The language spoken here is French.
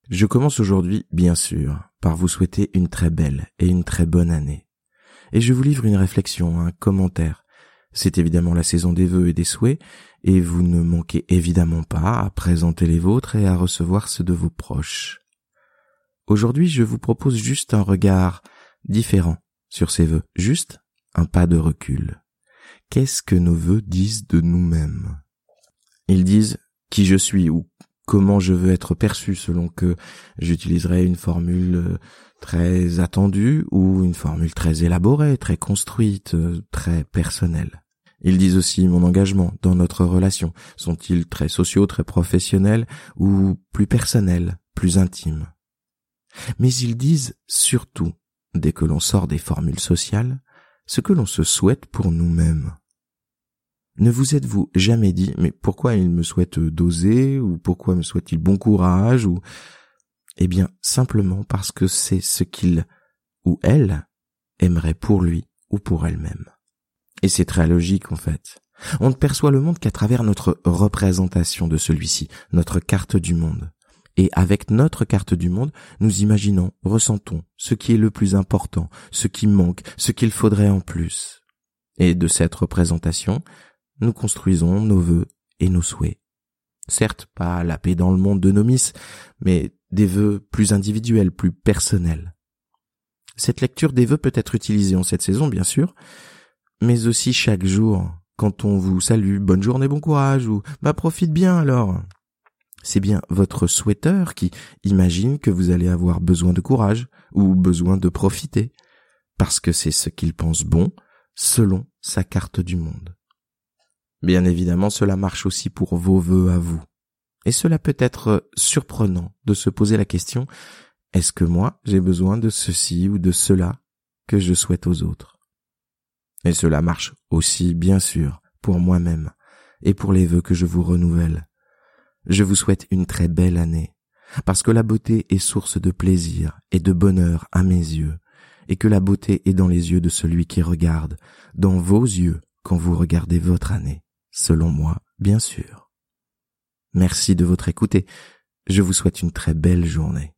Je commence aujourd'hui, bien sûr, par vous souhaiter une très belle et une très bonne année. Et je vous livre une réflexion, un commentaire. C'est évidemment la saison des vœux et des souhaits, et vous ne manquez évidemment pas à présenter les vôtres et à recevoir ceux de vos proches. Aujourd'hui, je vous propose juste un regard différent sur ces vœux, juste un pas de recul. Qu'est-ce que nos vœux disent de nous-mêmes ? Ils disent qui je suis ou comment je veux être perçu, selon que j'utiliserai une formule très attendue ou une formule très élaborée, très construite, très personnelle. Ils disent aussi mon engagement dans notre relation. Sont-ils très sociaux, très professionnels ou plus personnels, plus intimes ? Mais ils disent surtout, dès que l'on sort des formules sociales, ce que l'on se souhaite pour nous-mêmes. Ne vous êtes-vous jamais dit, mais pourquoi il me souhaite d'oser, ou pourquoi me souhaite-t-il bon courage, ou... Eh bien, simplement parce que c'est ce qu'il ou elle aimerait pour lui ou pour elle-même. Et c'est très logique en fait. On ne perçoit le monde qu'à travers notre représentation de celui-ci, notre carte du monde. Et avec notre carte du monde, nous imaginons, ressentons ce qui est le plus important, ce qui manque, ce qu'il faudrait en plus. Et de cette représentation, nous construisons nos vœux et nos souhaits. Certes, pas la paix dans le monde de Nomis, mais des vœux plus individuels, plus personnels. Cette lecture des vœux peut être utilisée en cette saison, bien sûr, mais aussi chaque jour, quand on vous salue, bonne journée, bon courage, ou profite bien alors. C'est bien votre souhaiteur qui imagine que vous allez avoir besoin de courage, ou besoin de profiter, parce que c'est ce qu'il pense bon, selon sa carte du monde. Bien évidemment, cela marche aussi pour vos vœux à vous. Et cela peut être surprenant de se poser la question, est-ce que moi, j'ai besoin de ceci ou de cela que je souhaite aux autres ? Et cela marche aussi, bien sûr, pour moi-même et pour les vœux que je vous renouvelle. Je vous souhaite une très belle année, parce que la beauté est source de plaisir et de bonheur à mes yeux, et que la beauté est dans les yeux de celui qui regarde, dans vos yeux quand vous regardez votre année. Selon moi, bien sûr. Merci de votre écoute et je vous souhaite une très belle journée.